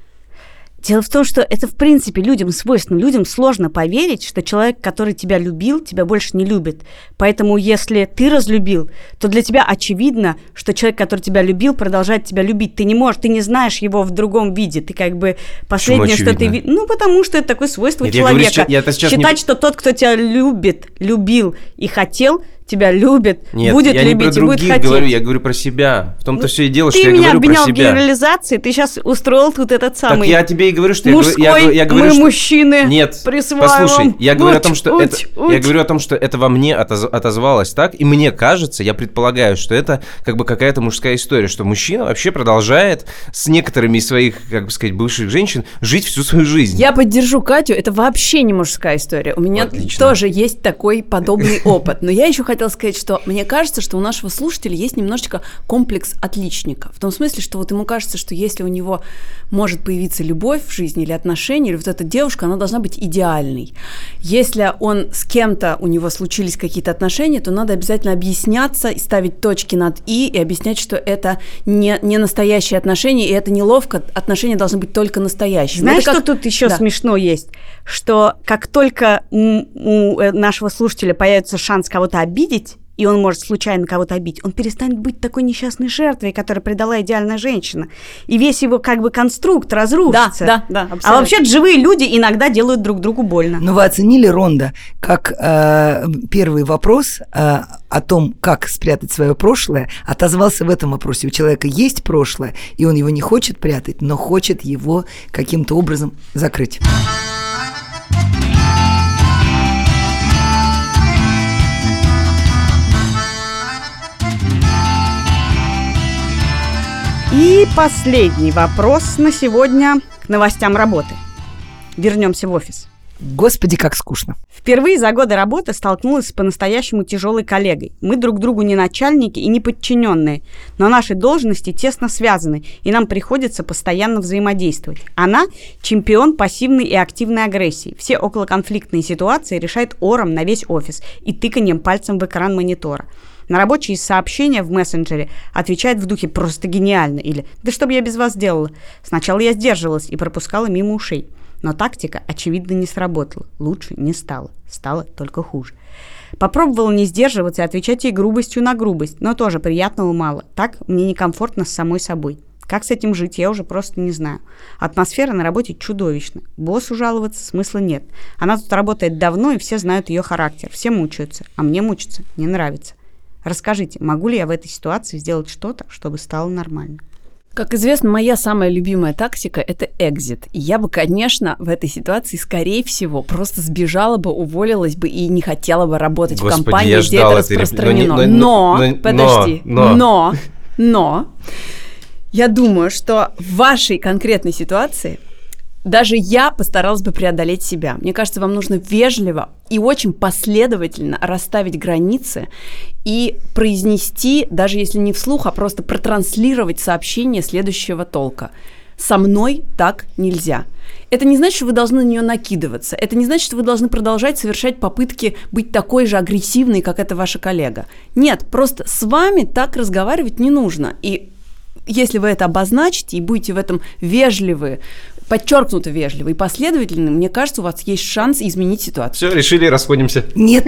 Дело в том, что это, в принципе, людям свойственно. Людям сложно поверить, что человек, который тебя любил, тебя больше не любит. Поэтому, если ты разлюбил, то для тебя очевидно, что человек, который тебя любил, продолжает тебя любить. Ты не можешь, ты не знаешь его в другом виде. Ты как бы последнее, что ты видишь. Ну, потому что это такое свойство Нет, человека. Я говорю, я Считать, не... что тот, кто тебя любит, любил и хотел, тебя любит, Нет, будет я любить не и будет хотеть. Говорю, я говорю про себя. В том-то ну, все и дело, что я говорю про себя. Ты меня обвинял в генерализации, ты сейчас устроил тут этот самый... Так я тебе и говорю, что мужской, я, я, я говорю, мы что... мужчины. Нет, послушай, я говорю, о том, что это, я говорю о том, что это во мне отоз, отозвалось так, и мне кажется, я предполагаю, что это как бы какая-то мужская история, что мужчина вообще продолжает с некоторыми из своих, как бы сказать, бывших женщин жить всю свою жизнь. Я поддержу Катю, это вообще не мужская история. У меня Отлично. тоже есть такой подобный опыт. Но я еще хотела сказать, что мне кажется, что у нашего слушателя есть немножечко комплекс отличника. В том смысле, что вот ему кажется, что если у него может появиться любовь в жизни или отношения, или вот эта девушка, она должна быть идеальной. Если он с кем-то, у него случились какие-то отношения, то надо обязательно объясняться и ставить точки над «и», и объяснять, что это не, не настоящие отношения, и это неловко, отношения должны быть только настоящие. Знаешь, как... что тут еще да. смешно есть? Что как только у нашего слушателя появится шанс кого-то обидеть, и он может случайно кого-то обидеть, он перестанет быть такой несчастной жертвой, которая предала идеальная женщина. И весь его как бы конструкт разрушится. Да, да, да, абсолютно. А вообще живые люди иногда делают друг другу больно. Но вы оценили, Ронда, как э, первый вопрос э, о том, как спрятать свое прошлое, отозвался в этом вопросе. У человека есть прошлое, и он его не хочет прятать, но хочет его каким-то образом закрыть. И последний вопрос на сегодня к новостям работы. Вернемся в офис. Господи, как скучно. Впервые за годы работы столкнулась с по-настоящему тяжелой коллегой. Мы друг другу не начальники и не подчиненные, но наши должности тесно связаны, и нам приходится постоянно взаимодействовать. Она – чемпион пассивной и активной агрессии. Все околоконфликтные ситуации решает ором на весь офис и тыканием пальцем в экран монитора. На рабочие сообщения в мессенджере отвечает в духе «просто гениально» или «да что бы я без вас делала?». Сначала я сдерживалась и пропускала мимо ушей. Но тактика, очевидно, не сработала. Лучше не стало. Стало только хуже. Попробовала не сдерживаться и отвечать ей грубостью на грубость, но тоже приятного мало. Так мне некомфортно с самой собой. Как с этим жить, я уже просто не знаю. Атмосфера на работе чудовищна. Боссу жаловаться смысла нет. Она тут работает давно, и все знают ее характер. Все мучаются, а мне мучиться не нравится. Расскажите, могу ли я в этой ситуации сделать что-то, чтобы стало нормально? Как известно, моя самая любимая тактика – это экзит. И я бы, конечно, в этой ситуации, скорее всего, просто сбежала бы, уволилась бы и не хотела бы работать Господи, в компании, где это распространено. Но, но, но, но, подожди, но, но, но, Я думаю, что в вашей конкретной ситуации даже я постаралась бы преодолеть себя. Мне кажется, вам нужно вежливо и очень последовательно расставить границы и произнести, даже если не вслух, а просто протранслировать сообщение следующего толка. «Со мной так нельзя». Это не значит, что вы должны на нее накидываться. Это не значит, что вы должны продолжать совершать попытки быть такой же агрессивной, как это ваша коллега. Нет, просто с вами так разговаривать не нужно. И если вы это обозначите и будете в этом вежливы, подчеркнуто вежливы и последовательны, мне кажется, у вас есть шанс изменить ситуацию. Все, решили, расходимся. Нет,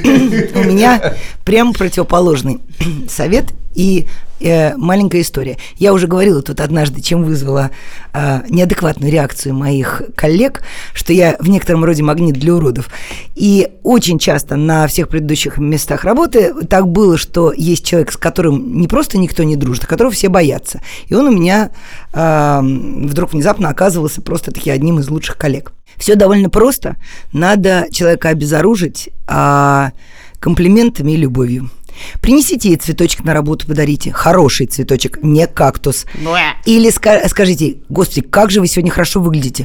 у меня прямо противоположный совет и э, маленькая история. Я уже говорила тут однажды, чем вызвала э, неадекватную реакцию моих коллег, что я в некотором роде магнит для уродов. И очень часто на всех предыдущих местах работы так было, что есть человек, с которым не просто никто не дружит, а которого все боятся. И он у меня э, вдруг внезапно оказывался просто-таки одним из лучших коллег. Все довольно просто. Надо человека обезоружить а, комплиментами и любовью. Принесите ей цветочек на работу, подарите. Хороший цветочек, не кактус. Буэ. Или ска- скажите: господи, как же вы сегодня хорошо выглядите.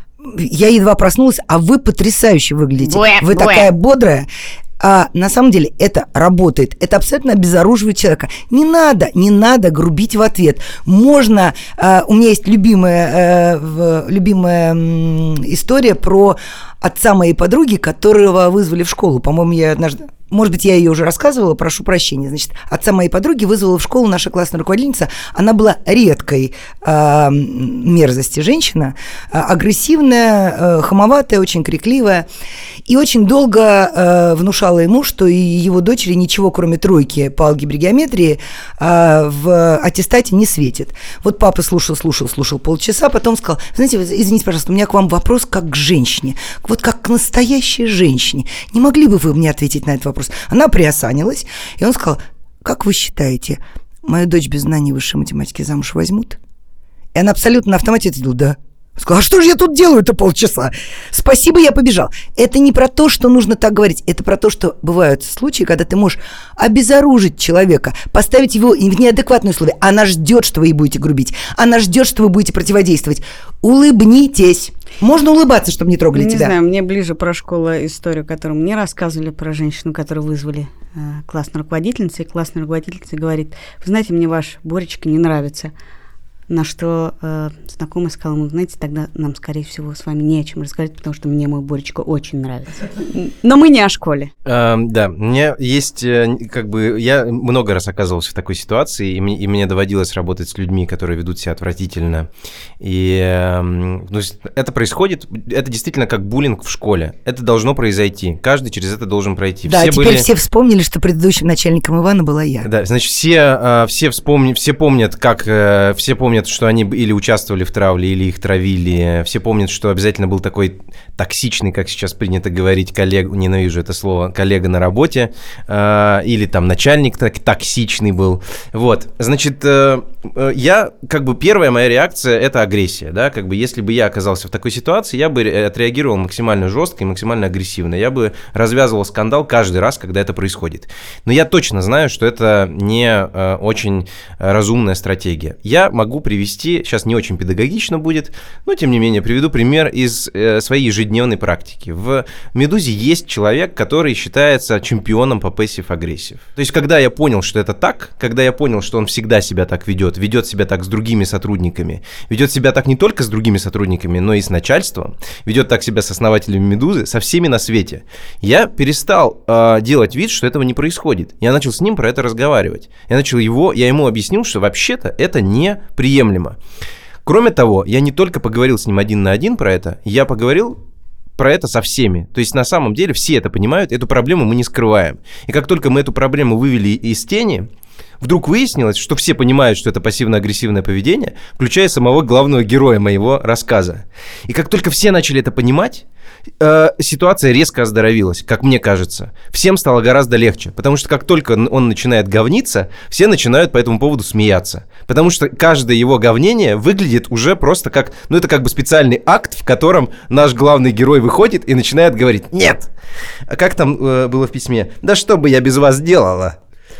Я едва проснулась, а вы потрясающе выглядите. Буэ, вы буэ. Такая бодрая. А на самом деле это работает. Это абсолютно обезоруживает человека. Не надо, не надо грубить в ответ. Можно... Э, у меня есть любимая, э, любимая э, история про отца моей подруги, которого вызвали в школу. По-моему, я однажды... Может быть, я ее уже рассказывала, прошу прощения. Значит, отца моей подруги вызвала в школу наша классная руководительница. Она была редкой э, мерзости женщина, э, агрессивная, э, хамоватая, очень крикливая. И очень долго э, внушала ему, что и его дочери ничего, кроме тройки по алгебре геометрии, э, в аттестате не светит. Вот папа слушал, слушал, слушал полчаса, потом сказал: знаете, извините, пожалуйста, у меня к вам вопрос как к женщине, вот как к настоящей женщине. Не могли бы вы мне ответить на этот вопрос? Она приосанилась, и он сказал: как вы считаете, мою дочь без знаний высшей математики замуж возьмут? И она абсолютно на автомате ответила: да. Сказала: а что же я тут делаю-то полчаса? Спасибо, я побежал. Это не про то, что нужно так говорить. Это про то, что бывают случаи, когда ты можешь обезоружить человека, поставить его в неадекватные условия. Она ждет, что вы ей будете грубить. Она ждет, что вы будете противодействовать. Улыбнитесь. Можно улыбаться, чтобы не трогали не тебя. Не знаю, мне ближе про школу историю, которую мне рассказывали, про женщину, которую вызвали э, классную руководительницу. И классная руководительница говорит: вы знаете, мне ваш Боречка не нравится. На что э, знакомый сказал ему: знаете, тогда нам, скорее всего, с вами не о чем разговаривать, потому что мне мой Боречка очень нравится. Но мы не о школе. А, да, у меня есть, как бы, я много раз оказывался в такой ситуации, и мне, и мне доводилось работать с людьми, которые ведут себя отвратительно. И ну, это происходит, это действительно как буллинг в школе. Это должно произойти. Каждый через это должен пройти. Да, все теперь были... все вспомнили, что предыдущим начальником Ивана была я. Да, значит, все, все, вспомни... все помнят, как все помнят, что они или участвовали в травле, или их травили. Все помнят, что обязательно был такой токсичный, как сейчас принято говорить, коллега, ненавижу это слово, коллега на работе, э, или там начальник так, токсичный был. Вот, значит, э, я, как бы, первая моя реакция – это агрессия, да, как бы, если бы я оказался в такой ситуации, я бы отреагировал максимально жестко и максимально агрессивно. Я бы развязывал скандал каждый раз, когда это происходит. Но я точно знаю, что это не э, очень разумная стратегия. Я могу привести, сейчас не очень педагогично будет, но тем не менее приведу пример из э, своей ежедневной практики. В «Медузе» есть человек, который считается чемпионом по пассив-агрессив. То есть, когда я понял, что это так, когда я понял, что он всегда себя так ведет, ведет себя так с другими сотрудниками, ведет себя так не только с другими сотрудниками, но и с начальством, ведет так себя с основателями «Медузы», со всеми на свете, я перестал э, делать вид, что этого не происходит. Я начал с ним про это разговаривать. Я начал его, я ему объяснил, что вообще-то это неприемлемо. Кроме того, я не только поговорил с ним один на один про это, я поговорил про это со всеми. То есть на самом деле все это понимают, эту проблему мы не скрываем. И как только мы эту проблему вывели из тени, вдруг выяснилось, что все понимают, что это пассивно-агрессивное поведение, включая самого главного героя моего рассказа. И как только все начали это понимать, э, ситуация резко оздоровилась, как мне кажется. Всем стало гораздо легче, потому что как только он начинает говниться, все начинают по этому поводу смеяться. Потому что каждое его говнение выглядит уже просто как, ну это как бы специальный акт, в котором наш главный герой выходит и начинает говорить: «Нет!» А как там э, было в письме? «Да что бы я без вас делала?»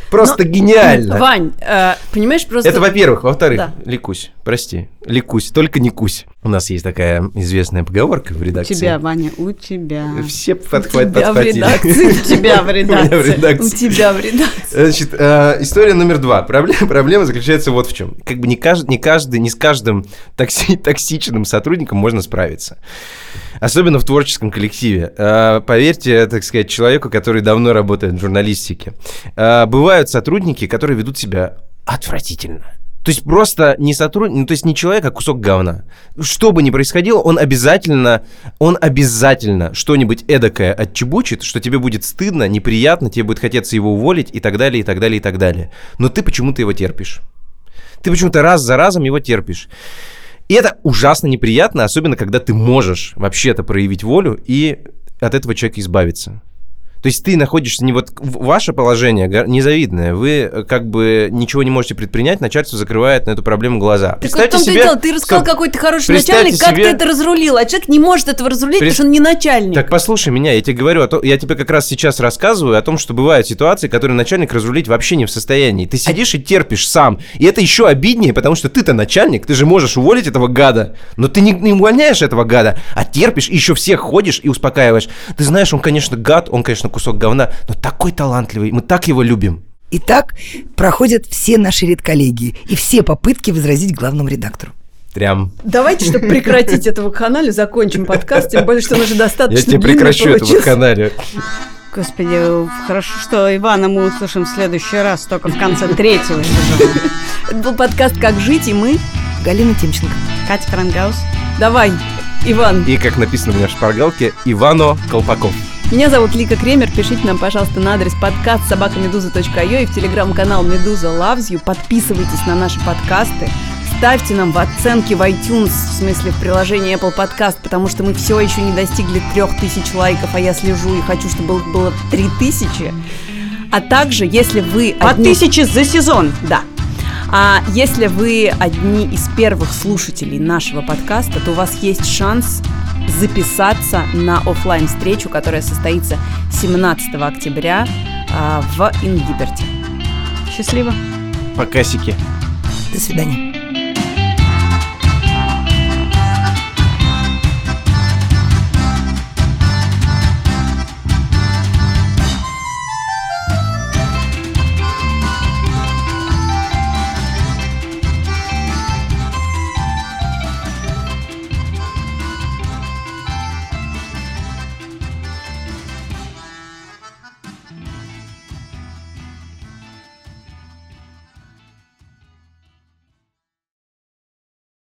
Просто Но, гениально. Вань, э, понимаешь, просто... Это, во-первых. Во-вторых, Да. Ликусь, прости, Ликусь, только не кусь. У нас есть такая известная поговорка в У редакции. тебя, Ваня, у тебя. Все У подхват- тебя в подхватили. редакции. У тебя в У меня в редакции. У редакции. тебя в редакции. Значит, э, история номер два. Проблема, проблема заключается вот в чем. Как бы не каждый, не каждый, не с каждым токси, токсичным сотрудником можно справиться. Особенно в творческом коллективе. Э, поверьте, так сказать, человеку, который давно работает в журналистике. Э, бывают сотрудники, которые ведут себя отвратительно. То есть просто не сотрудник, ну, то есть не человек, а кусок говна. Что бы ни происходило, он обязательно, он обязательно что-нибудь эдакое отчебучит, что тебе будет стыдно, неприятно, тебе будет хотеться его уволить и так далее, и так далее, и так далее. Но ты почему-то его терпишь. Ты почему-то раз за разом его терпишь. И это ужасно неприятно, особенно когда ты можешь вообще-то проявить волю и от этого человека избавиться. То есть ты находишься не вот... Ваше положение незавидное. Вы как бы ничего не можете предпринять, начальство закрывает на эту проблему глаза. Так вот в том-то и дело, ты рассказал, какой ты хороший начальник, как ты это разрулил, а человек не может этого разрулить, потому что он не начальник. Так послушай меня, я тебе говорю, я тебе как раз сейчас рассказываю о том, что бывают ситуации, которые начальник разрулить вообще не в состоянии. Ты сидишь и терпишь сам. И это еще обиднее, потому что ты-то начальник, ты же можешь уволить этого гада, но ты не, не увольняешь этого гада, а терпишь, и еще всех ходишь и успокаиваешь. Ты знаешь, он, конечно, гад, он, конечно, кусок говна, но такой талантливый, мы так его любим. Итак, проходят все наши редколлегии и все попытки возразить главному редактору. Трям. Давайте, чтобы прекратить эту вакханалию, закончим подкаст, тем более, что он уже достаточно Я тебе длинный прекращу эту получился. вакханалию. Господи, хорошо, что Ивана мы услышим в следующий раз, только в конце третьего сезона. Это был подкаст «Как жить», и мы... Галина Тимченко. Катя Крангаус. Давай, Иван. И, как написано у меня в шпаргалке, Ивано Колпаков. Меня зовут Лика Кремер. Пишите нам, пожалуйста, на адрес подкаст собака медуза точка ай о и в телеграм-канал Медуза Loves You. Подписывайтесь на наши подкасты. Ставьте нам в оценки в iTunes, в смысле в приложении Apple Podcast, потому что мы все еще не достигли трех тысяч лайков, а я слежу и хочу, чтобы их было три тысячи. А также, если вы... По одни- тысяче за сезон. Да. А если вы одни из первых слушателей нашего подкаста, то у вас есть шанс записаться на офлайн-встречу, которая состоится семнадцатого октября а, в Ингиберте. Счастливо. Покасики. До свидания.